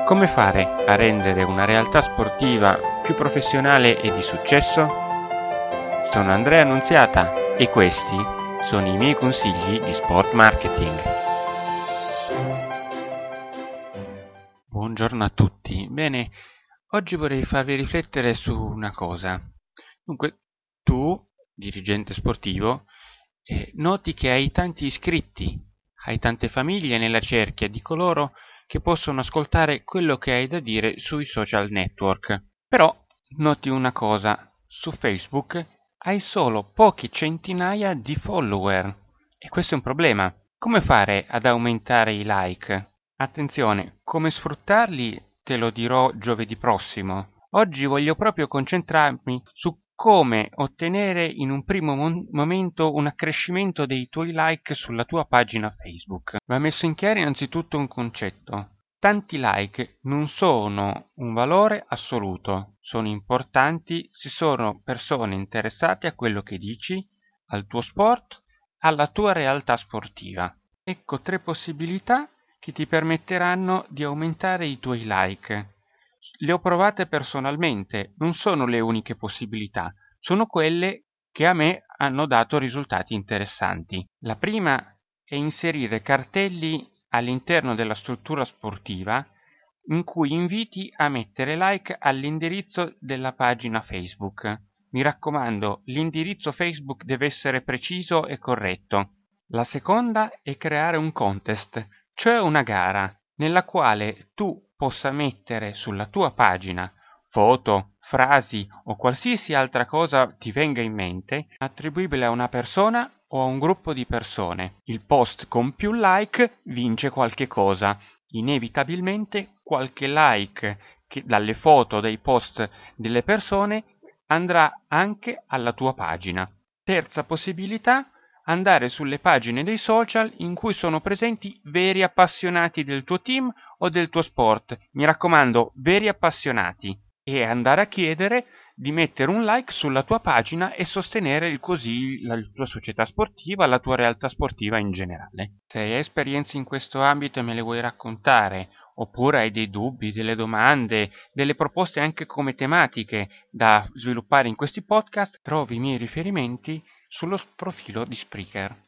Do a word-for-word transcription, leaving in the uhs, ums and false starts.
Come fare a rendere una realtà sportiva più professionale e di successo? Sono Andrea Annunziata e questi sono i miei consigli di sport marketing. Buongiorno a tutti. Bene, oggi vorrei farvi riflettere su una cosa. Dunque, tu, dirigente sportivo, eh, noti che hai tanti iscritti, hai tante famiglie nella cerchia di coloro che possono ascoltare quello che hai da dire sui social network. Però noti una cosa, su Facebook hai solo poche centinaia di follower e questo è un problema. Come fare ad aumentare i like? Attenzione, come sfruttarli te lo dirò giovedì prossimo. Oggi voglio proprio concentrarmi su come ottenere in un primo mon- momento un accrescimento dei tuoi like sulla tua pagina Facebook. Va messo in chiaro innanzitutto un concetto. Tanti like non sono un valore assoluto, sono importanti se sono persone interessate a quello che dici, al tuo sport, alla tua realtà sportiva. Ecco tre possibilità che ti permetteranno di aumentare i tuoi like. Le ho provate personalmente, non sono le uniche possibilità, sono quelle che a me hanno dato risultati interessanti. La prima è inserire cartelli all'interno della struttura sportiva in cui inviti a mettere like all'indirizzo della pagina Facebook. Mi raccomando, l'indirizzo Facebook deve essere preciso e corretto. La seconda è creare un contest, cioè una gara, nella quale tu possa mettere sulla tua pagina foto, frasi o qualsiasi altra cosa ti venga in mente attribuibile a una persona o a un gruppo di persone. Il post con più like vince qualche cosa. Inevitabilmente qualche like che dalle foto dei post delle persone andrà anche alla tua pagina. Terza possibilità, andare sulle pagine dei social in cui sono presenti veri appassionati del tuo team o del tuo sport. Mi raccomando, veri appassionati. E andare a chiedere di mettere un like sulla tua pagina e sostenere così la tua società sportiva, la tua realtà sportiva in generale. Se hai esperienze in questo ambito e me le vuoi raccontare, oppure hai dei dubbi, delle domande, delle proposte anche come tematiche da sviluppare in questi podcast, trovi i miei riferimenti sullo profilo di Spreaker.